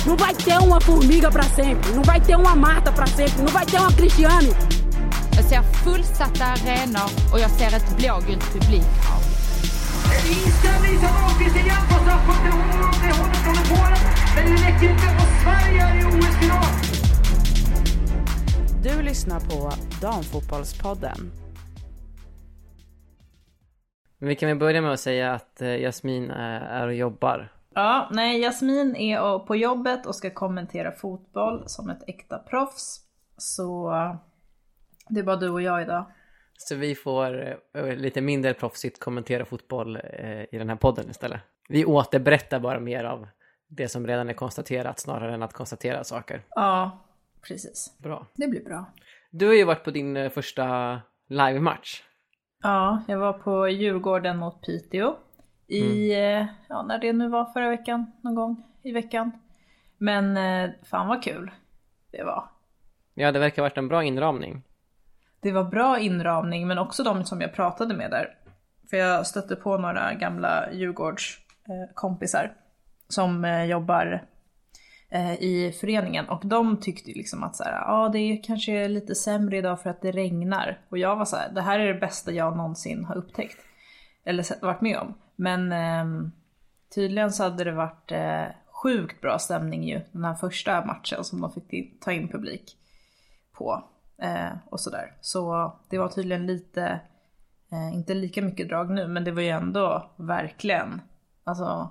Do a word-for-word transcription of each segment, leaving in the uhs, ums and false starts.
Não vai ter uma Formiga para sempre. Não vai ter uma Marta para sempre. Não vai ter uma Cristiane. Jag ser fullsatta arenor och jag ser ett blågult publikhav. Inställning som Ahlqvist igen på straffpunkten. Hon är hållet från Polen. Men det räcker inte och Sverige är i O S-final. Du lyssnar på Damfotbollspodden. Vi kan väl börja med att säga att Jasmin är och jobbar. Ja, nej, Jasmin är på jobbet och ska kommentera fotboll som ett äkta proffs. Så det är bara du och jag idag. Så vi får lite mindre proffsigt kommentera fotboll i den här podden istället. Vi återberättar bara mer av det som redan är konstaterat snarare än att konstatera saker. Ja, precis. Bra. Det blir bra. Du har ju varit på din första live-match. Ja, jag var på Djurgården mot Piteå. I, mm. ja, när det nu var förra veckan, någon gång i veckan. Men fan vad kul det var. Ja, det verkar ha varit en bra inramning. Det var bra inramning, men också de som jag pratade med där. För jag stötte på några gamla Djurgårdskompisar som eh, jobbar eh, i föreningen. Och de tyckte liksom att så här, ja, det är kanske lite sämre idag för att det regnar. Och jag var så här, det här är det bästa jag någonsin har upptäckt. Eller varit med om. Men eh, tydligen så hade det varit eh, sjukt bra stämning ju. Den här första matchen som de fick ta in publik på. Eh, och sådär. Så det var tydligen lite eh, inte lika mycket drag nu, men det var ju ändå verkligen alltså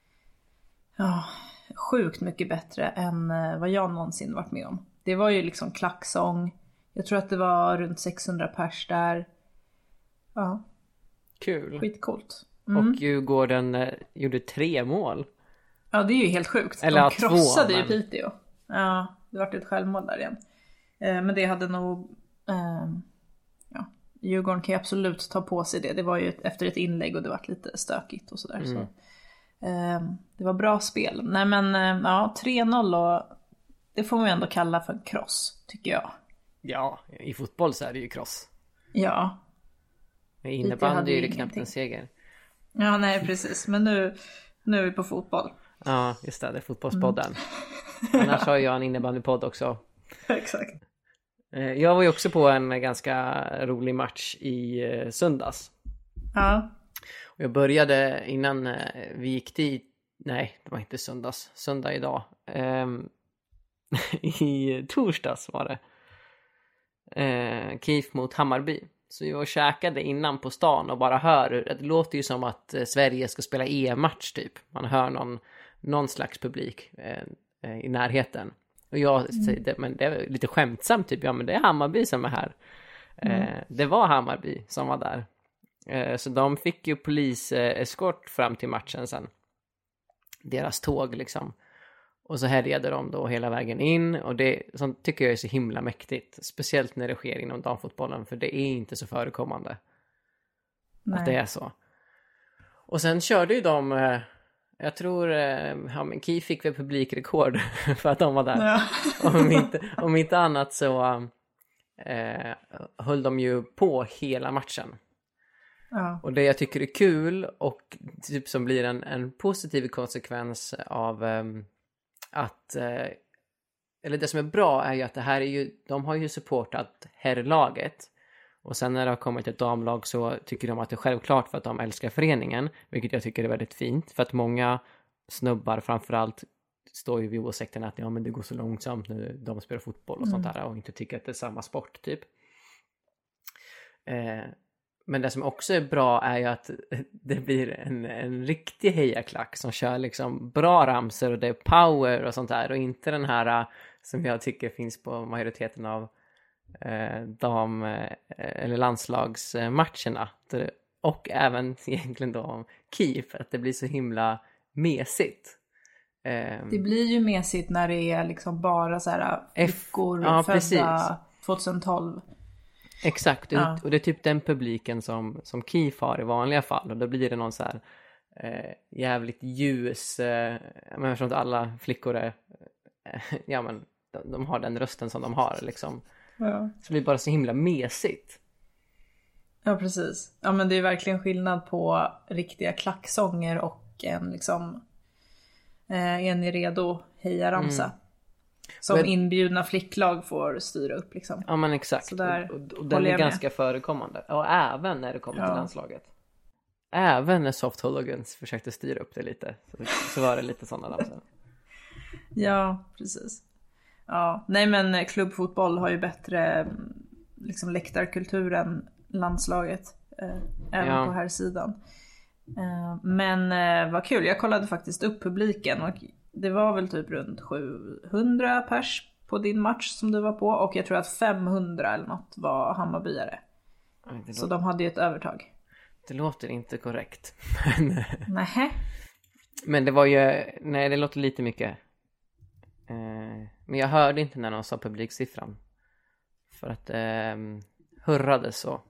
ja, sjukt mycket bättre än eh, vad jag någonsin varit med om. Det var ju liksom klacksång. Jag tror att det var runt sexhundra pers där. Ja. Kul. Skitcoolt. Mm. Och Djurgården eh, gjorde tre mål. Ja, det är ju helt sjukt. Eller de två, krossade men... ju Piteå. Ja, det var ett självmål där igen. Men det hade nog eh, ja, Djurgården kan ju absolut ta på sig det. Det var ju efter ett inlägg och det var lite stökigt och sådär. Mm. Så, eh, det var bra spel. Nej men eh, ja, tre noll och det får man ju ändå kalla för en kross, tycker jag. Ja, i fotboll så är det ju kross. Ja. Men innebandy är det knappt en seger. Ja, nej precis. Men nu, nu är vi på fotboll. Ja, just det. Det är fotbollspodden. Mm. Annars har jag en innebandypodd också. Exakt. Jag var ju också på en ganska rolig match i söndags. Ja. Och jag började innan vi gick dit. Nej, det var inte söndags. Söndag idag. Um, I torsdags var det. Uh, Kif mot Hammarby. Så jag käkade innan på stan och bara hör. Det låter ju som att Sverige ska spela E M-match typ. Man hör någon, någon slags publik uh, i närheten. Och jag säger, men det är lite skämtsamt typ, ja men det är Hammarby som är här. Mm. Eh, det var Hammarby som var där. Eh, så de fick ju poliseskort fram till matchen sen. Deras tåg liksom. Och så härjade de då hela vägen in. Och det sånt tycker jag är så himla mäktigt. Speciellt när det sker inom damfotbollen. För det är inte så förekommande. Nej. Att det är så. Och sen körde ju de... Eh, Jag tror ja, men Kif fick väl publikrekord för att de var där. Ja. om, inte, om inte annat så eh, höll de ju på hela matchen. Ja. Och det jag tycker är kul och typ som blir en, en positiv konsekvens av eh, att eh, eller det som är bra är ju att det här är ju, de har ju supportat herrlaget. Och sen när det har kommit ett damlag så tycker de att det är självklart för att de älskar föreningen. Vilket jag tycker är väldigt fint. För att många snubbar framförallt står ju vid åsikten att ja, men det går så långsamt när de spelar fotboll och mm. sånt där. Och inte tycker att det är samma sport typ. Eh, men det som också är bra är ju att det blir en, en riktig hejaklack som kör liksom bra ramser och det är power och sånt där. Och inte den här som jag tycker finns på majoriteten av Eh, dam eh, eller landslagsmatcherna eh, och även egentligen då Kif, att det blir så himla mesigt. Eh, det blir ju mesigt när det är liksom bara så här flickor ja, födda precis. tjugohundratolv. Exakt, ja. och det är typ den publiken som, som Kif har i vanliga fall och då blir det någon så här eh, jävligt ljus eh, men jag förstår inte alla flickor är eh, ja men de, de har den rösten som de har liksom. Ja. Så det blir bara så himla mesigt. Ja, precis. Ja, men det är verkligen skillnad på riktiga klacksånger och en liksom Eh, är ni redo? Heja ramsa. Mm. Som men, inbjudna flicklag får styra upp liksom. Ja men exakt. Så där och, och, och den är ganska med. förekommande. Och även när det kommer ja. till landslaget. Även när Soft Hooligans försökte styra upp det lite. Så, så var det lite sådana ramsor. Ja, precis. Ja, nej men klubbfotboll har ju bättre liksom läktarkultur än landslaget. Eh, även ja. på här sidan. Eh, men eh, vad kul, jag kollade faktiskt upp publiken och det var väl typ runt sjuhundra pers på din match som du var på. Och jag tror att femhundra eller något var Hammarbyare. Så låter... de hade ju ett övertag. Det låter inte korrekt. Nej. Men det var ju, nej det låter lite mycket. Eh, men jag hörde inte när de sa publiksiffran. För att eh, hurrade så.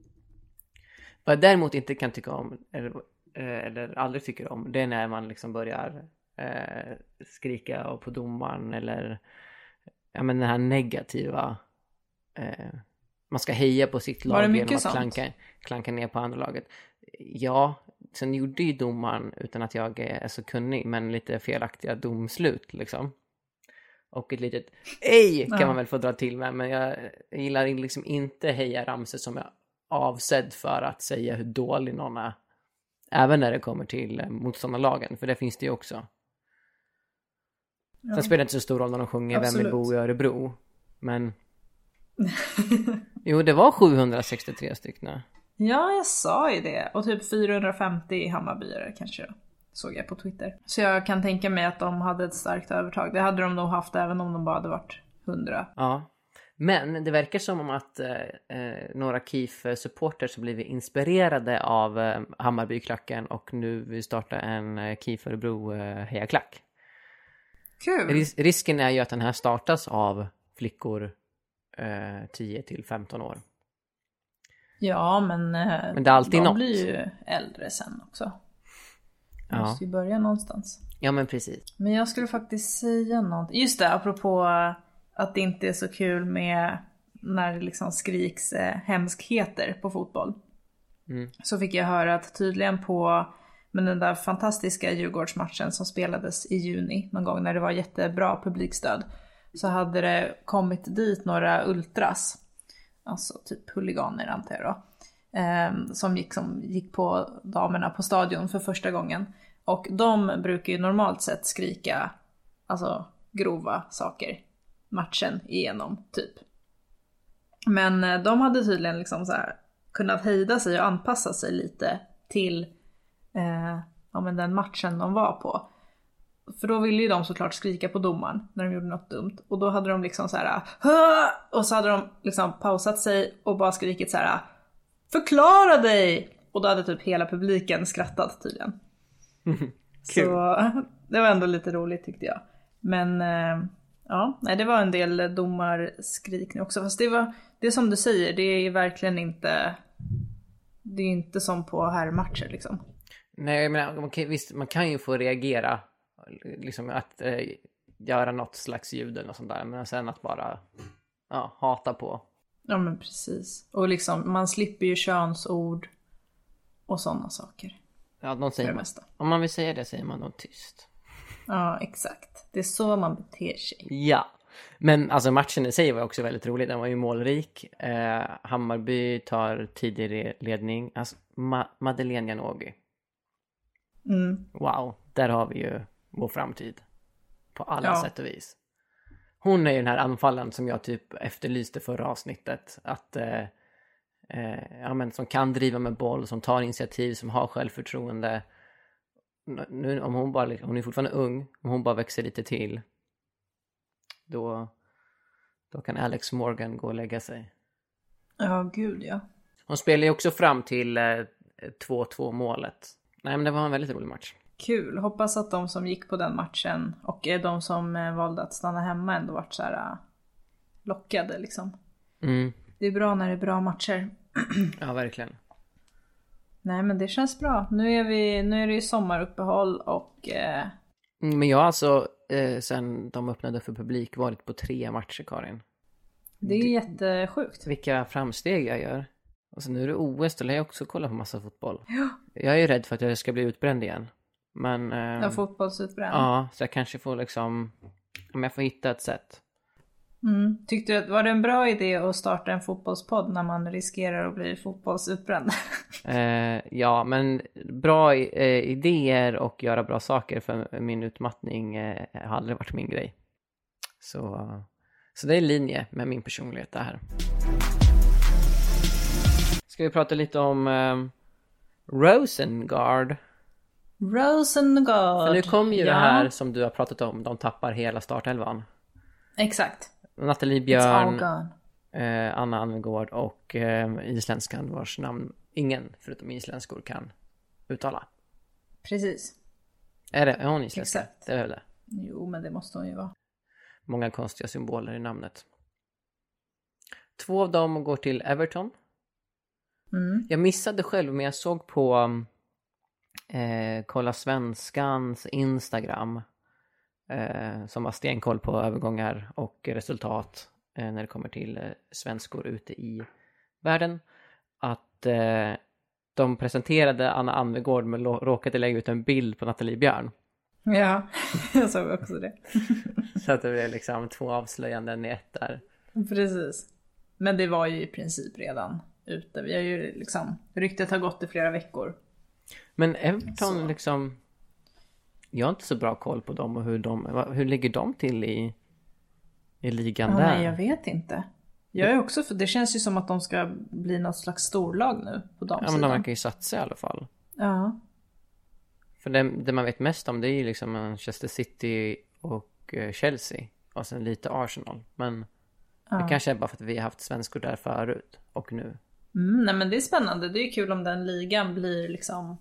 Vad jag däremot inte kan tycka om, eller, eller aldrig tycker om, det är när man liksom börjar eh, skrika och på domaren eller ja, men den här negativa eh, man ska heja på sitt lag genom att klanka, klanka ner på andra laget. Ja, sen gjorde ju domaren, utan att jag är så kunnig, men lite felaktiga domslut liksom. Och ett litet ej kan ja. man väl få dra till med, men jag gillar liksom inte heja ramsor som är avsedd för att säga hur dålig någon är. Även när det kommer till motståndarlagen, för det finns det ju också. Ja. Sen spelar det inte så stor roll när de sjunger Absolut. Vem är Bo i Örebro. Men jo, det var sjuhundrasextiotre stycken. Ja, jag sa ju det. Och typ fyrahundrafemtio Hammarbyare kanske då. Såg jag på Twitter. Så jag kan tänka mig att de hade ett starkt övertag. Det hade de nog haft även om de bara hade varit hundra. Ja, men det verkar som om att eh, några K I F-supporters har blivit inspirerade av eh, Hammarbyklacken och nu vill starta en eh, K I F Örebro eh, hejaklack. Kul! Ris- risken är ju att den här startas av flickor eh, tio till femton år. Ja, men, eh, men det är alltid de något. Blir ju äldre sen också. Man ja. måste ju börja någonstans. Ja, men precis. Men jag skulle faktiskt säga något. Just det, apropå att det inte är så kul med när det liksom skriks eh, hemskheter på fotboll. Mm. Så fick jag höra att tydligen på men den där fantastiska Djurgårdsmatchen som spelades i juni någon gång när det var jättebra publikstöd, så hade det kommit dit några ultras, alltså typ huliganer antar jag då, eh, som gick, som gick på damerna på stadion för första gången. Och de brukar ju normalt sett skrika alltså grova saker matchen igenom typ. Men eh, de hade tydligen liksom så här kunnat hejda sig och anpassa sig lite till eh, ja, men den matchen de var på. För då ville ju de såklart skrika på domaren när de gjorde något dumt. Och då hade de liksom så här Hö! Och så hade de liksom pausat sig och bara skrikit så här förklara dig! Och då hade typ hela publiken skrattat tydligen. Mm, så det var ändå lite roligt tyckte jag. Men eh, ja, nej, det var en del domarskrik nu också. Fast det var, det är som du säger, det är verkligen inte, det är inte som på herrmatcher liksom. Nej, men man kan, visst, man kan ju få reagera liksom att eh, göra något slags ljud eller något sånt där, men sen att bara ja, hata på. Ja, men precis. Och liksom, man slipper ju könsord och sådana saker. Ja, de säger man, om man vill säga det säger man nog tyst. Ja, exakt. Det är så man beter sig. Ja, men alltså matchen i sig var också väldigt rolig. Den var ju målrik. Eh, Hammarby tar tidig ledning. Alltså, Ma- Madeleine Janogy. Mm. Wow, där har vi ju vår framtid. På alla ja. sätt och vis. Hon är ju den här anfallen som jag typ efterlyste förra avsnittet. Att, eh, eh, ja, men, som kan driva med boll, som tar initiativ, som har självförtroende. Nu, om hon bara, hon är fortfarande ung, om hon bara växer lite till, då, då kan Alex Morgan gå och lägga sig. Ja, gud ja. Hon spelar ju också fram till eh, två två målet. Nej, men det var en väldigt rolig match. Kul, hoppas att de som gick på den matchen och de som eh, valde att stanna hemma ändå varit så här uh, lockade liksom. Mm. Det är bra när det är bra matcher. Ja, verkligen. Nej, men det känns bra. Nu är, vi, nu är det ju sommaruppehåll och... Eh... Men jag har alltså, eh, sen de öppnade för publik, varit på tre matcher, Karin. Det är jättesjukt. Vilka framsteg jag gör. Och så nu är det O S, då lär jag också kolla på massa fotboll. Ja. Jag är ju rädd för att jag ska bli utbränd igen. Men... Eh, Ja, fotbollsutbränd. Ja, så jag kanske får liksom... Om jag får hitta ett sätt. Mm. Tyckte du att var det en bra idé att starta en fotbollspodd när man riskerar att bli fotbollsutbränd? Eh, ja, men bra eh, idéer och göra bra saker för min utmattning eh, har aldrig varit min grej. Så, så det är i linje med min personlighet det här. Ska vi prata lite om eh, Rosengard? Rosengard. För nu kom ju ja. det här som du har pratat om. De tappar hela startelvan. Exakt. Nathalie It's all Björn, gone. eh, Anna Anvegård och eh, isländskan vars namn ingen förutom isländskor kan uttala. Precis. Är, det, är hon isländska? Exakt. Det är väl det. Jo, men det måste hon ju vara. Många konstiga symboler i namnet. Två av dem går till Everton. Mm. Jag missade själv, men jag såg på eh, Kolla Svenskans Instagram eh, som har stenkoll på övergångar och resultat eh, när det kommer till eh, svenskor ute i världen. Att eh, de presenterade Anna Anvegård men lo- råkade lägga ut en bild på Nathalie Björn. Ja, jag såg också det. Så att det blev liksom två avslöjanden i ett där. Precis. Men det var ju i princip redan ute. Vi har ju liksom, ryktet har gått i flera veckor. Men Everton Så. liksom, jag har inte så bra koll på dem och hur de, hur ligger de till i, i ligan Ja, där? nej, jag vet inte. Jag är också, för det känns ju som att de ska bli något slags storlag nu på de Ja, men sidan. de verkar ju satsa i alla fall. Ja. För det, det man vet mest om det är ju liksom Manchester City och eh, Chelsea. Och sen lite Arsenal. Men Ja. det kanske är bara för att vi har haft svenskor där förut. Och nu. Mm, nej men det är spännande. Det är kul om den ligan blir liksom,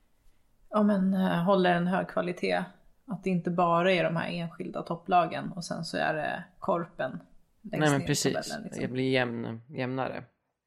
ja men uh, håller en hög kvalitet. Att det inte bara är de här enskilda topplagen och sen så är det korpen längst Nej men ner i precis. tabellen, liksom. Det blir jämn, jämnare.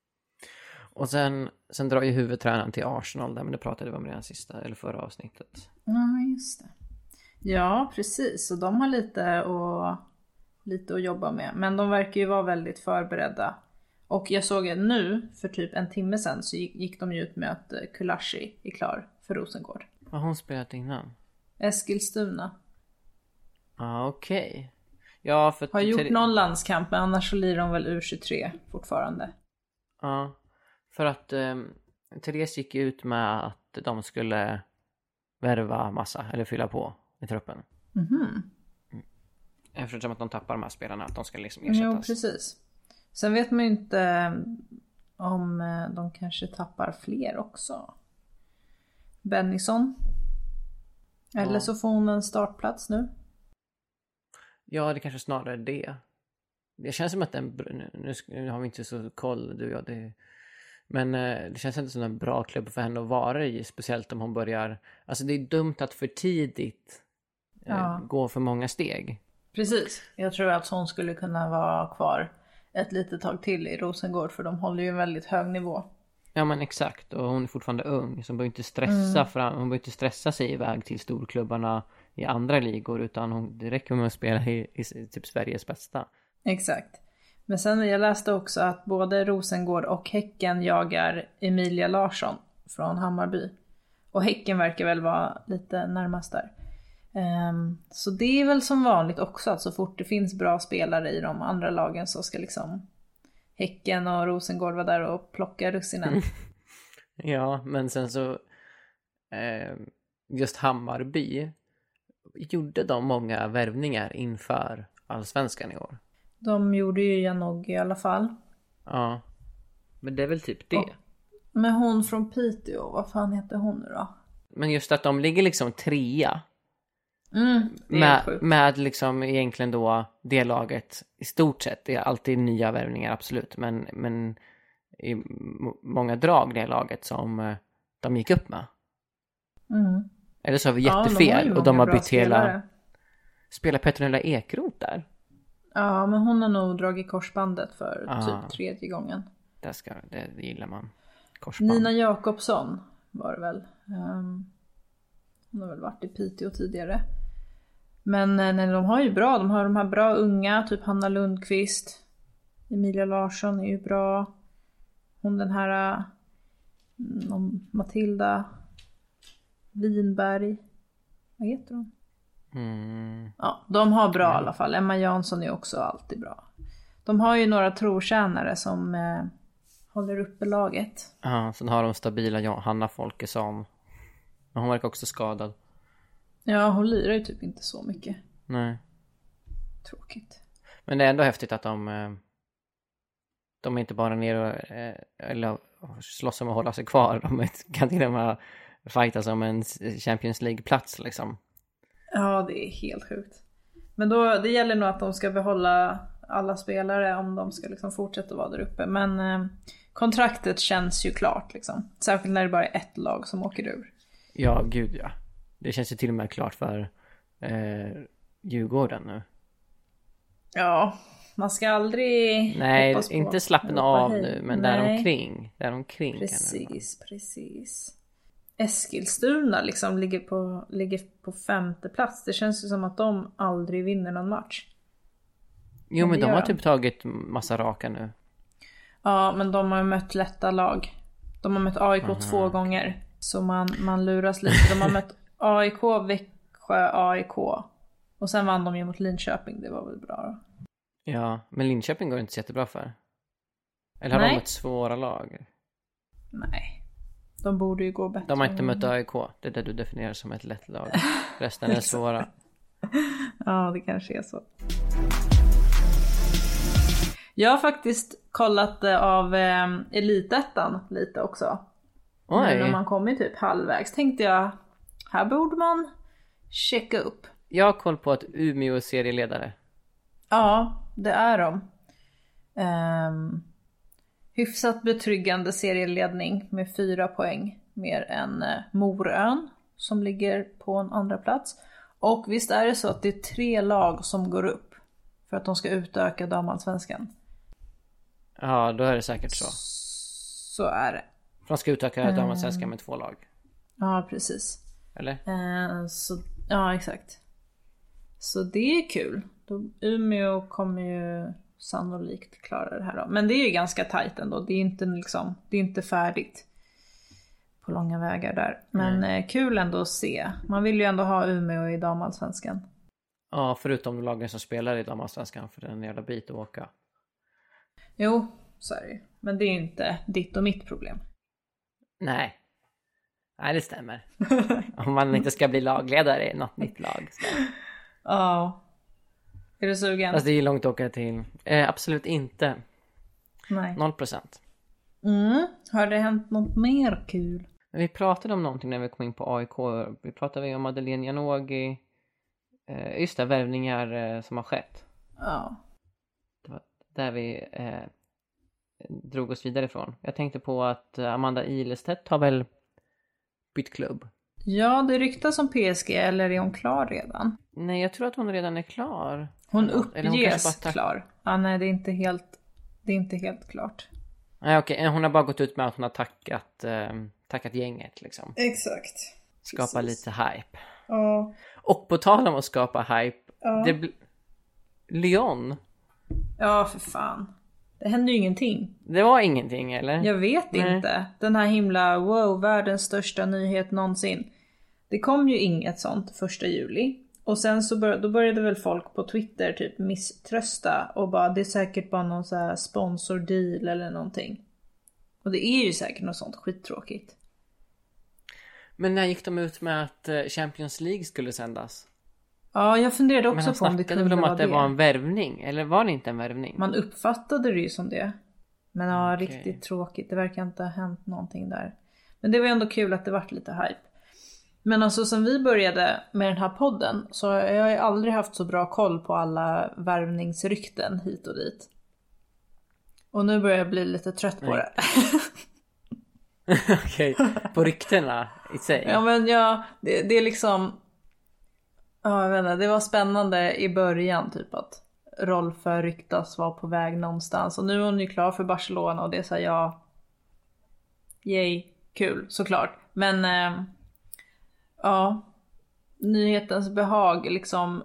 Och sen, sen drar ju huvudtränaren till Arsenal där. Men det pratade vi om redan sista eller förra avsnittet. Ja, just det. Ja, precis. Så de har lite att, lite att jobba med. Men de verkar ju vara väldigt förberedda. Och jag såg det nu, för typ en timme sedan, så gick, gick de ju ut med att Kulashi är klar för Rosengård. Har hon spelat innan? Eskilstuna. Ja, ah, okej. Okay. Ja, för... Har gjort till... någon landskamp, men annars så lirar de väl U tjugotre fortfarande. Ja, för att eh, Therese gick ut med att de skulle värva massa, eller fylla på i truppen. Mhm. Eftersom att de tappar de här spelarna, att de ska liksom Jo, ersättas. precis. Sen vet man ju inte om de kanske tappar fler också. Bennison. Eller Ja. så får hon en startplats nu. Ja, det kanske snarare är det. Det känns som att den, nu, nu, nu har vi inte så koll, du och jag, det, men eh, det känns inte som en bra klubb för henne att vara i, speciellt om hon börjar, alltså det är dumt att för tidigt eh, Ja. gå för många steg. Precis. Jag tror att hon skulle kunna vara kvar ett litet tag till i Rosengård, för de håller ju en väldigt hög nivå. Ja men exakt, och hon är fortfarande ung så hon behöver inte stressa Mm. fram, hon behöver inte stressa sig iväg till storklubbarna i andra ligor, utan hon, det räcker med att spela i, i typ Sveriges bästa. Exakt. Men sen jag läste också att både Rosengård och Häcken jagar Emilia Larsson från Hammarby. Och Häcken verkar väl vara lite närmast där. Um, så det är väl som vanligt också att så fort det finns bra spelare i de andra lagen så ska liksom Häcken och Rosengård vara där och plocka russinen. Ja, men sen så eh, just Hammarby, gjorde de många värvningar inför Allsvenskan i år? De gjorde ju Janogy i alla fall. Ja, men det är väl typ det. Och, men hon från Piteå, vad fan heter hon nu då? Men just att de ligger liksom trea Mm, det är med, sjukt. med liksom egentligen då det laget i stort sett. Det är alltid nya värvningar, absolut. Men, men i m- många drag det laget som eh, de gick upp med. Mm. Eller så har vi Ja, de har jättefel ju och de många har bra bytt hela... spelare. Spelar Petronella Ekroth där? Ja, men hon har nog dragit korsbandet för Ah. typ tredje gången. Det, ska, det, det gillar man. Korsband. Nina Jakobsson var det väl. Um, hon har väl varit i Piteå tidigare. Men eh, nej, de har ju bra. De har de här bra unga, typ Hanna Lundqvist. Emilia Larsson är ju bra. Hon den här mm, Matilda Winberg. Vad heter hon? Mm. Ja, de har bra i alla fall. Emma Jansson är också alltid bra. De har ju några trotjänare som eh, håller uppe laget. Ja, sen har de stabila Johanna Folkesson. Men hon verkar också skadad. Ja, hon lirar ju typ inte så mycket. Nej. Tråkigt. Men det är ändå häftigt att de eh, de är inte bara ner och eh, eller slåss om att hålla sig kvar. De kan till och med fightas om en Champions League-plats liksom. Ja, det är helt sjukt. Men då, det gäller nog att de ska behålla alla spelare om de ska liksom fortsätta vara där uppe. Men eh, kontraktet känns ju klart liksom. Särskilt när det bara är ett lag som åker ur. Ja, gud ja. Det känns ju till och med klart för eh, Djurgården nu. Ja, man ska aldrig Nej, hoppas på inte slappna av hej. nu, men Nej. däromkring. Däromkring Precis, precis. Eskilstuna liksom ligger på, ligger på femte plats. Det känns ju som att de aldrig vinner någon match. Jo, men de gör har de. typ tagit massa raka nu. Ja, men de har mött lätta lag. De har mött A I K Aha. två gånger. Så man, man luras lite. De har mött A I K, Växjö, A I K. Och sen vann de ju mot Linköping. Det var väl bra då. Ja, men Linköping går det inte så jättebra för. Eller har Nej. de mött svåra lag? Nej. De borde ju gå bättre. De har inte mött A I K. Det är det du definierar som ett lätt lag. Resten är svåra. Ja, det kanske är så. Jag har faktiskt kollat eh, av eh, Elitettan lite också. Oj. Nu när man kommer typ halvvägs tänkte jag, här borde man checka upp. Jag har koll på att Umeå är serieledare. Ja, det är de. Um, hyfsat betryggande serieledning med fyra poäng. Mer än uh, Morön som ligger på en andra plats. Och visst är det så att det är tre lag som går upp för att de ska utöka damallsvenskan. Ja, då är det säkert så. Så är det. De ska utöka damallsvenskan med två lag. Ja, precis. Eller? Uh, så, ja, exakt. Så det är kul. Då, Umeå kommer ju sannolikt klara det här då. Men det är ju ganska tajt ändå. Det är inte liksom, det är inte färdigt på långa vägar där. Men Mm. eh, kul ändå att se. Man vill ju ändå ha Umeå i damallsvenskan. Ja, förutom de lagen som spelar i damallsvenskan, för det är en jävla bit att åka. Jo, så är det ju. Men det är ju inte ditt och mitt problem. Nej. Nej, det stämmer. Om man inte ska bli lagledare i något nytt lag. Så. Ja. Är du sugen? Fast det är ju långt att åka till. Eh, absolut inte. Nej. Noll procent. Mm. Har det hänt något mer kul? Men vi pratade om någonting när vi kom in på A I K. Vi pratade om Madeleine Janogy. Eh, just det, värvningar eh, som har skett. Ja. Det var där vi eh, drog oss vidare ifrån. Jag tänkte på att eh, Amanda Ilestedt har väl bytt klubb. Ja, det ryktas om P S G, eller är hon klar redan? Nej, jag tror att hon redan är klar. Hon Eller hon uppges kanske bara tack- klar. Ja, nej, det är inte helt, det är inte helt klart. Nej, okej. Hon har bara gått ut med att hon har tackat, eh, tackat gänget liksom. Exakt. Skapa Precis. lite hype. Ja. Och på tal om att skapa hype. Ja. Det bl- Lyon. Ja, för fan. Det händer ju ingenting. Det var ingenting, eller? Jag vet Nej. inte. Den här himla, wow, världens största nyhet någonsin. Det kom ju inget sånt första juli. Och sen så bör, då började väl folk på Twitter typ misströsta. Och bara, det är säkert bara någon så här sponsor-deal eller någonting. Och det är ju säkert något sånt skittråkigt. Men när gick de ut med att eh, Champions League skulle sändas? Ja, jag funderade Men också han på om det snackade kunde väl om vara att det det. var en värvning? Eller var det inte en värvning? Man uppfattade det ju som det. Men ja, Okej. riktigt tråkigt. Det verkar inte ha hänt någonting där. Men det var ju ändå kul att det vart lite hype. Men alltså sen vi började med den här podden så har jag ju aldrig haft så bra koll på alla värvningsrykten hit och dit. Och nu börjar jag bli lite trött på Nej. det. Okej, på ryktena i sig. Ja, men ja, det, det är liksom... Ja, jag vet inte, det var spännande i början typ att Rolf ryktas var på väg någonstans. Och nu är hon ju klar för Barcelona och det är så här, ja... Yay, kul, såklart. Men... Eh, ja... Nyhetens behag liksom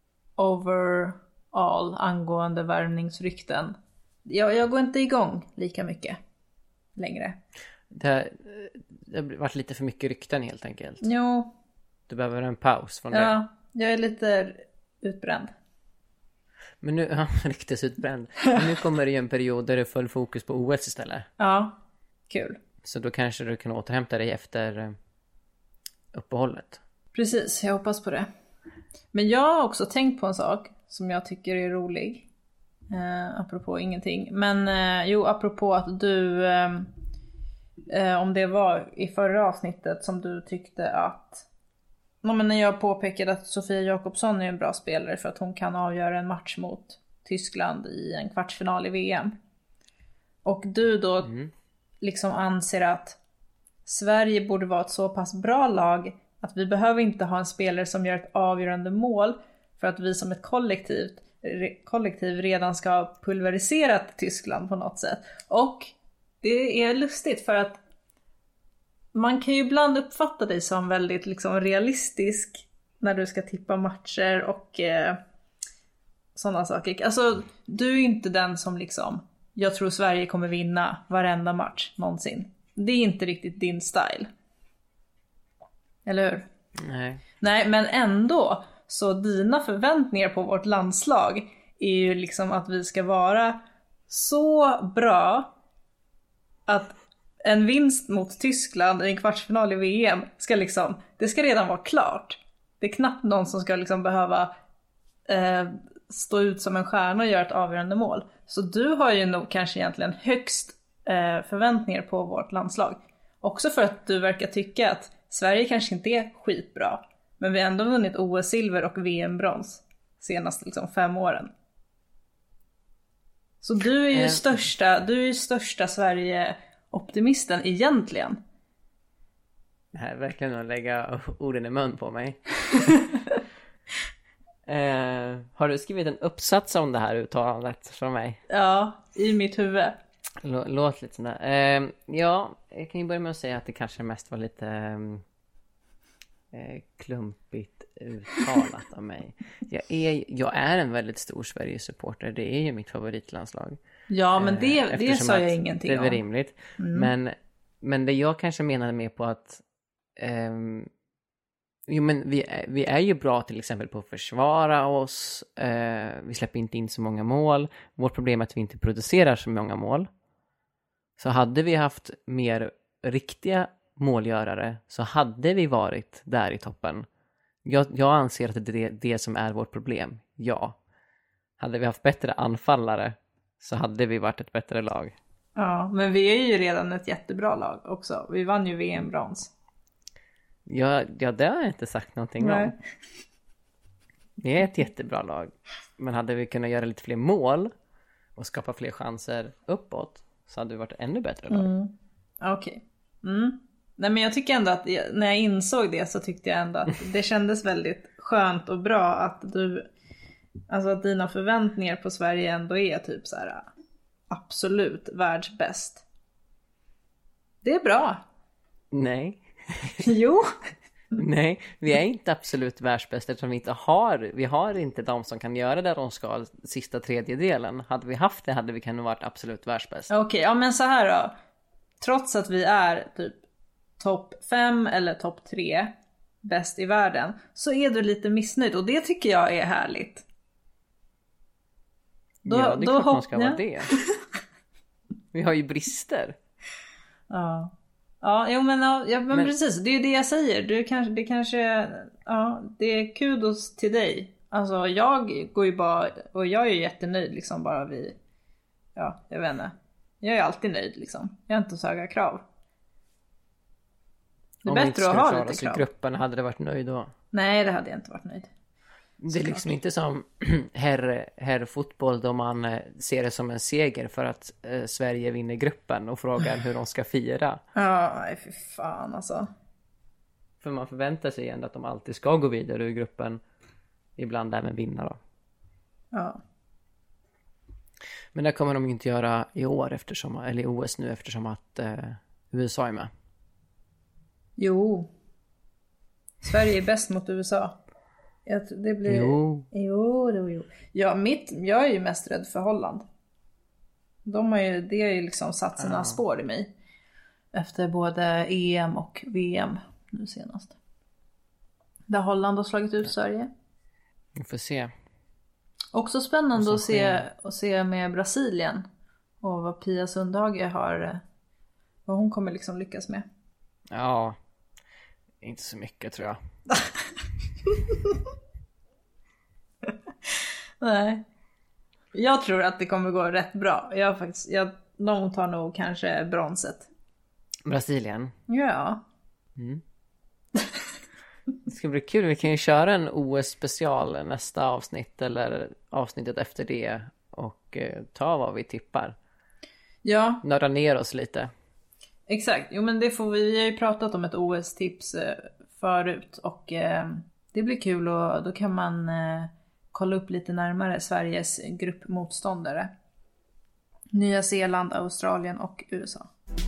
overall angående värvningsrykten. Jag, jag går inte igång lika mycket längre. Det, har- det har varit lite för mycket rykten helt enkelt. Jo, Du behöver en paus från det. Ja, jag är lite utbränd. Men nu, ja, riktigt utbränd. Men nu kommer det ju en period där det är full fokus på O S istället. Ja, kul. Så då kanske du kan återhämta dig efter uppehållet. Precis, jag hoppas på det. Men jag har också tänkt på en sak som jag tycker är rolig. Eh, apropå ingenting. Men eh, jo, apropå att du, eh, eh, om det var i förra avsnittet som du tyckte att, no, men när jag påpekade att Sofia Jakobsson är en bra spelare för att hon kan avgöra en match mot Tyskland i en kvartsfinal i V M. Och du då mm. liksom anser att Sverige borde vara ett så pass bra lag att vi behöver inte ha en spelare som gör ett avgörande mål för att vi som ett kollektiv, kollektiv redan ska ha pulveriserat Tyskland på något sätt. Och det är lustigt för att man kan ju ibland uppfatta dig som väldigt liksom realistisk när du ska tippa matcher och eh, sådana saker. Alltså, du är inte den som liksom, jag tror Sverige kommer vinna varenda match någonsin. Det är inte riktigt din style. Eller hur? Nej. Nej, men ändå så dina förväntningar på vårt landslag är ju liksom att vi ska vara så bra att en vinst mot Tyskland i en kvartsfinal i V M ska liksom, det ska redan vara klart. Det är knappt någon som ska liksom behöva eh, stå ut som en stjärna och göra ett avgörande mål. Så du har ju nog kanske egentligen högst eh, förväntningar på vårt landslag. Också för att du verkar tycka att Sverige kanske inte är skitbra, men vi har ändå vunnit O S-silver och V M-brons senaste liksom fem åren. Så du är ju mm. största, du är ju största Sverige-optimisten egentligen. Det här är verkligen att lägga orden i mun på mig. eh, har du skrivit en uppsats om det här uttalandet från mig? Ja, i mitt huvud. L- låt lite sådär. Eh, ja, jag kan ju börja med att säga att det kanske mest var lite eh, klumpigt uttalat av mig. Jag är, jag är en väldigt stor Sverige-supporter. Det är ju mitt favoritlandslag. Ja, men det, eh, det sa jag ingenting om. Det är väl rimligt. Mm. Men, men det jag kanske menade med på att eh, jo, men vi, är, vi är ju bra till exempel på att försvara oss. Eh, vi släpper inte in så många mål. Vårt problem är att vi inte producerar så många mål. Så hade vi haft mer riktiga målgörare så hade vi varit där i toppen. Jag, jag anser att det är det som är vårt problem. Ja. Hade vi haft bättre anfallare så hade vi varit ett bättre lag. Ja, men vi är ju redan ett jättebra lag också. Vi vann ju V M-brons. Ja, ja, det har jag inte sagt någonting Nej. om. Det är ett jättebra lag. Men hade vi kunnat göra lite fler mål och skapa fler chanser uppåt så hade vi varit ännu bättre lag. Mm. Okej. Okay. Mm. Nej, men jag tycker ändå att jag, när jag insåg det så tyckte jag ändå att det kändes väldigt skönt och bra att du, alltså att dina förväntningar på Sverige ändå är typ så här absolut världsbäst. Det är bra. Nej. Jo. Nej, vi är inte absolut världsbäst eftersom vi inte har, vi har inte de som kan göra det de ska sista tredjedelen. Hade vi haft det hade vi kunnat varit absolut världsbäst. Okej, okay, ja men så här då. Trots att vi är typ topp fem eller topp tre bäst i världen så är du lite missnöjd och det tycker jag är härligt. Då, ja, det är klart man ska vara det. Vi har ju brister. Ja. Ja, jo, men, ja, men, men precis, det är ju det jag säger. Du kanske, det kanske, ja, det är kudos till dig. Alltså jag går ju bara, och jag är ju jättenöjd liksom bara vi, ja, jag vet inte. Jag är alltid nöjd liksom. Jag har inte så höga krav. Det är Om bättre att ha lite krav. I gruppen hade det varit nöjd då? Nej, det hade jag inte varit nöjd. Det är liksom inte som herr, herr fotboll då man ser det som en seger för att eh, Sverige vinner gruppen och frågar hur de ska fira. Ja, nej för fan alltså. För man förväntar sig ändå att de alltid ska gå vidare ur gruppen. Ibland även vinna då. Ja. Men det kommer de ju inte göra i år eftersom, eller i O S nu eftersom att eh, U S A är med. Jo. Sverige är bäst mot U S A. Det blir... Jo. Jo, jo, jo. Ja, mitt... Jag är ju mest rädd för Holland. De har ju... Det har ju liksom satt sina ja. spår i mig. Efter både E M och V M nu senast. Där Holland har slagit ut Sverige. Vi får se. Också spännande att se, sker. att se med Brasilien. Och vad Pia Sundhage har, vad hon kommer liksom lyckas med. Ja, inte så mycket tror jag. Nej. Jag tror att det kommer gå rätt bra. Jag faktiskt, jag, de tar nog kanske bronset. Brasilien? Ja. Mm. Det ska bli kul. Vi kan ju köra en O S-special nästa avsnitt eller avsnittet efter det och eh, ta vad vi tippar. Ja. Nörda ner oss lite. Exakt. Jo, men det får vi. Vi har ju pratat om ett O S-tips eh, förut och eh, det blir kul och då kan man eh, kolla upp lite närmare Sveriges gruppmotståndare. Nya Zeeland, Australien och U S A.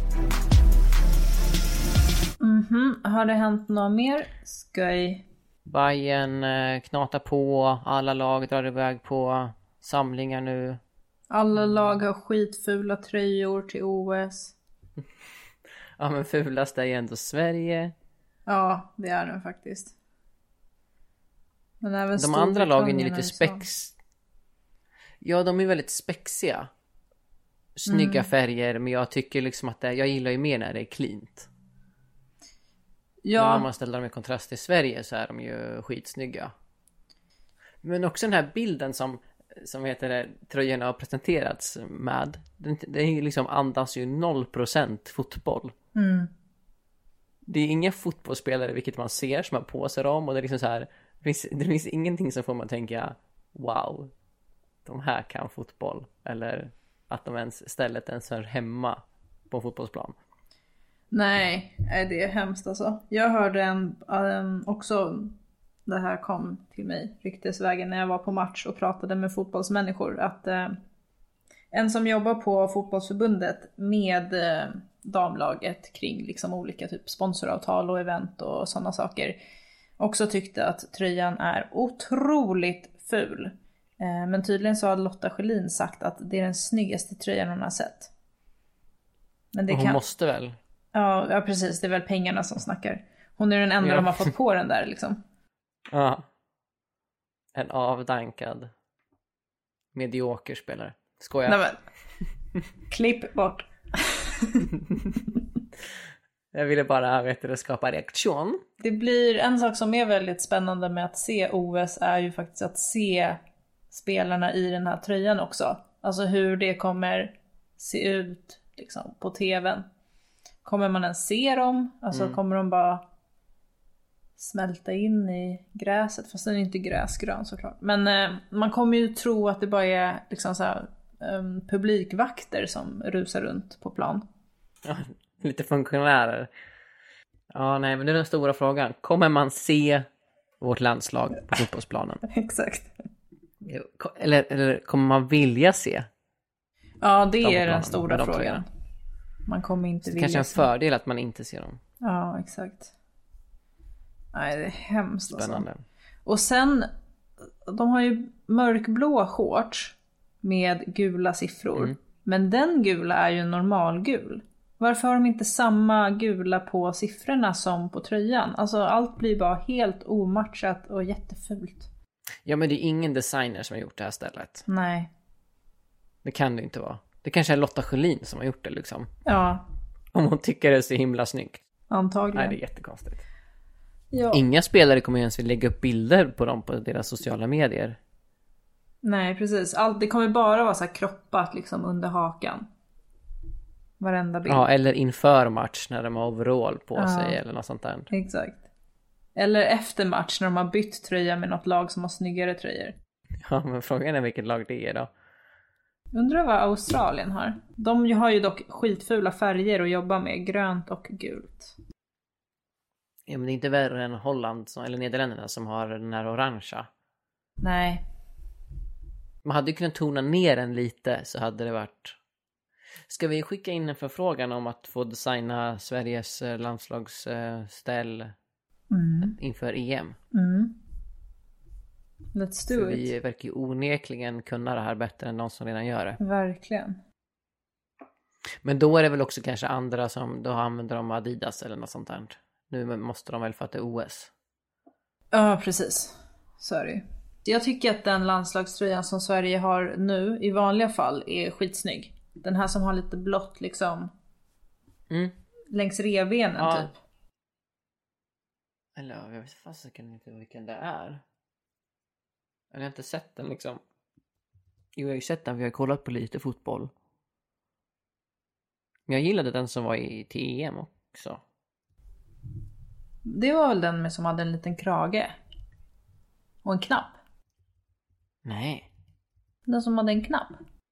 Mhm, har det hänt något mer? Skoj. Bayern eh, knatar på, alla lag drar iväg på samlingar nu. Alla lag har skitfula tröjor till O S. Ja, men fulast är ju ändå Sverige. Ja, det är den faktiskt. Men även De andra lagen är lite U S A. spex. Ja, de är väldigt spexiga. Snygga Mm. färger, men jag tycker liksom att det, jag gillar ju mer när det är cleant. Ja. Men om man ställer dem i kontrast till Sverige så är de ju skitsnygga. Men också den här bilden som som heter det, tröjorna har presenterats med. Den, den är liksom andas ju noll procent fotboll. Mm. Det är inga fotbollsspelare vilket man ser som har på sig dem och det är liksom så här, det finns, det finns ingenting som får man tänka wow, de här kan fotboll eller att de ens stället ens hör hemma på en fotbollsplan. Nej, det är hemskt alltså. Jag hörde en, en också, det här kom till mig ryktesvägen när jag var på match och pratade med fotbollsmänniskor, att eh, en som jobbar på fotbollsförbundet med eh, damlaget kring liksom olika typ sponsoravtal och event och sådana saker också tyckte att tröjan är otroligt ful. Eh, men tydligen så har Lotta Schelin sagt att det är den snyggaste tröjan hon har sett. Men det hon kan... måste väl? Ja, ja, precis. Det är väl pengarna som snackar. Hon är den enda Ja. de har fått på den där liksom. Ja. En avdankad medioker spelare. Skojar. Nej, men. Klipp bort. Jag ville bara vet du, skapa reaktion. Det blir en sak som är väldigt spännande med att se O S är ju faktiskt att se spelarna i den här tröjan också. Alltså hur det kommer se ut liksom på tvn. Kommer man ens se dem? Alltså Mm. kommer de bara smälta in i gräset? Fast den är inte gräsgrön såklart. Men eh, man kommer ju tro att det bara är liksom så här, um, publikvakter som rusar runt på plan. Ja, lite funktionärer. Ja, nej, men det är den stora frågan. Kommer man se vårt landslag på fotbollsplanen? Exakt. Eller, eller kommer man vilja se? Ja, det dem på är den planen stora med de frågan. tröjorna? Man kommer inte Det vilja kanske är en se. fördel att man inte ser dem. Ja, exakt. Nej, det är hemskt Spännande. alltså. Och sen, de har ju mörkblå shorts med gula siffror. Mm. Men den gula är ju normalgul. Varför har de inte samma gula på siffrorna som på tröjan? Alltså allt blir bara helt omatchat och jättefult. Ja, men det är ingen designer som har gjort det här stället. Nej. Det kan det inte vara. Det kanske är Lotta Schelin som har gjort det liksom. Ja, Om hon tycker det är så himla snyggt. antagligen. Nej, det är jättekonstigt. Ja. Inga spelare kommer ens lägga upp bilder på dem på deras sociala medier. Nej, precis. Allt, det kommer bara vara så här kroppat liksom under hakan. Varenda bild. Ja, eller inför match när de har overall på Ja. sig eller något sånt där. Exakt. Eller efter match när de har bytt tröja med något lag som har snyggare tröjor. Ja, men frågan är vilket lag det är då. Undrar vad Australien har. De har ju dock skitfula färger att jobba med. Grönt och gult. Ja, men det är inte värre än Holland som, eller Nederländerna som har den här orangea. Nej. Man hade ju kunnat tona ner den lite så hade det varit... Ska vi skicka in en förfrågan om att få designa Sveriges eh, landslagsställ Mm. inför E M? Mm. Let's do För it. vi verkar ju onekligen kunna det här bättre än de som redan gör det. Verkligen. Men då är det väl också kanske andra som då använder de Adidas eller något sånt där. Nu måste de väl för att det är O S. Ja, precis. Så är det ju. Jag tycker att den landslagströjan som Sverige har nu i vanliga fall är skitsnygg. Den här som har lite blått liksom Mm. längs revbenen Ja. typ. Eller jag vet fast inte vilken det är. Jag har inte sett den liksom. Jo, jag har ju sett den, vi har kollat på lite fotboll. Men jag gillade den som var i till E M också. Det var väl den med som hade en liten krage. Och en knapp. Nej. Den som hade en knapp.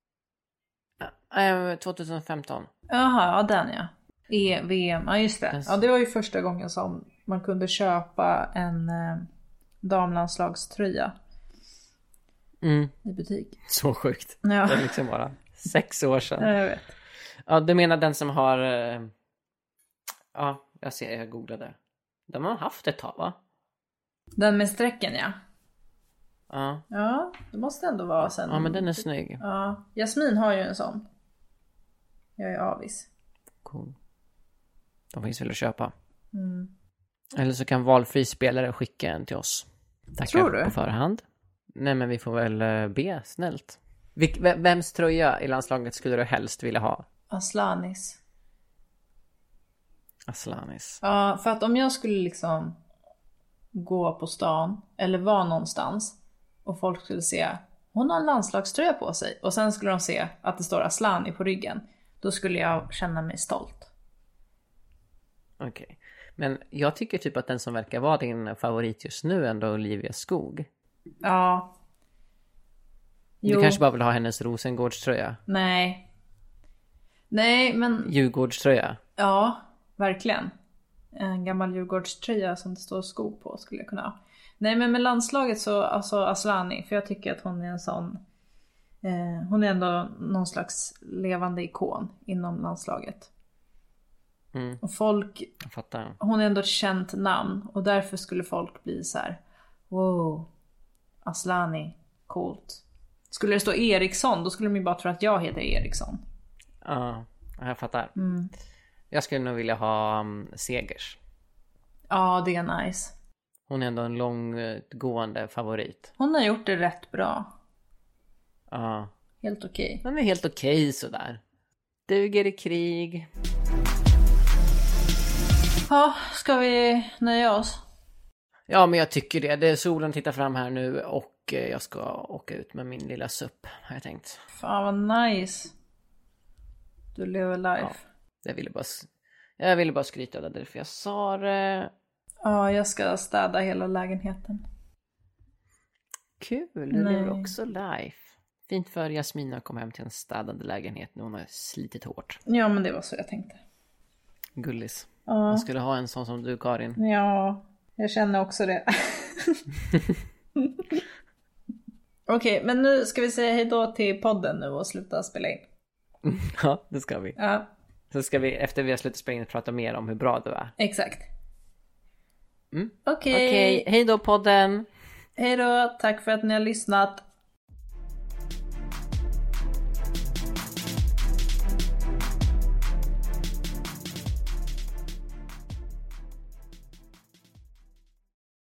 Äh, tjugohundrafemton. Jaha, ja den ja. E V M, ja just det. Den- Ja, det var ju första gången som man kunde köpa en eh, damlandslagströja Mm. i butik. Så sjukt. Ja. Det är liksom bara sex år sedan. Ja, jag vet. Ja, du menar den som har... eh, Ja, jag ser, jag googlade. De har haft ett tag, va? Den med strecken ja. Ja. Ja, det måste ändå vara sen. Ja, men den är snygg. Ja, Jasmin har ju en sån. Jag är avis. Cool. De finns väl att köpa. Mm. Eller så kan valfri spelare skicka en till oss. Tackar Tror du? på förhand. Nej, men vi får väl eh, be snällt. Vilk, ve- vems tröja i landslaget skulle du helst vilja ha? Aslanis. Aslanis. Ja, för att om jag skulle liksom gå på stan eller vara någonstans och folk skulle se hon har en landslagströja på sig och sen skulle de se att det står Aslani på ryggen, då skulle jag känna mig stolt. Okej. Men jag tycker typ att den som verkar vara din favorit just nu ändå är Olivia Skog. Ja. Du Jo. kanske bara vill ha hennes Rosengårdströja. Nej. Nej, men Djurgårdströja. ja, verkligen. En gammal Djurgårdströja som det står skog på skulle jag kunna ha. Nej, men med landslaget så, alltså Aslani, för jag tycker att hon är en sån eh, hon är ändå någon slags levande ikon inom landslaget. Mm, Och folk, jag fattar. hon är ändå ett känt namn och därför skulle folk bli så här: wow, Aslani, coolt. Skulle det stå Eriksson, då skulle de ju bara tro att jag heter Eriksson. Ja, jag fattar. Mm. Jag skulle nog vilja ha um, Segers. Ja, det är nice. Hon är ändå en långgående favorit. Hon har gjort det rätt bra. Ja, Helt okej. den är helt okej sådär. Duger i krig. Ja, ska vi nöja oss? Ja, men jag tycker det. Det är solen tittar fram här nu och eh, jag ska åka ut med min lilla supp, har jag tänkt. Fan vad nice. Du lever life. Ja. Jag ville bara, s- jag ville bara skryta av det, därför jag sa det. Ja, jag ska städa hela lägenheten. Kul, du Nej. lever också life. Fint för Jasmina att komma hem till en städande lägenhet när hon har slitit hårt. Ja, men det var så jag tänkte. Gullis. Ja, Man skulle ha en sån som du, Karin. ja jag känner också det. Okej, men nu ska vi säga hej då till podden nu och sluta spela in. Ja, det ska vi. Ja, Så ska vi, efter vi har slutat spela in, prata mer om hur bra du är. exakt. Mm. Okej, Okej, hej då podden! hej då. Tack för att ni har lyssnat.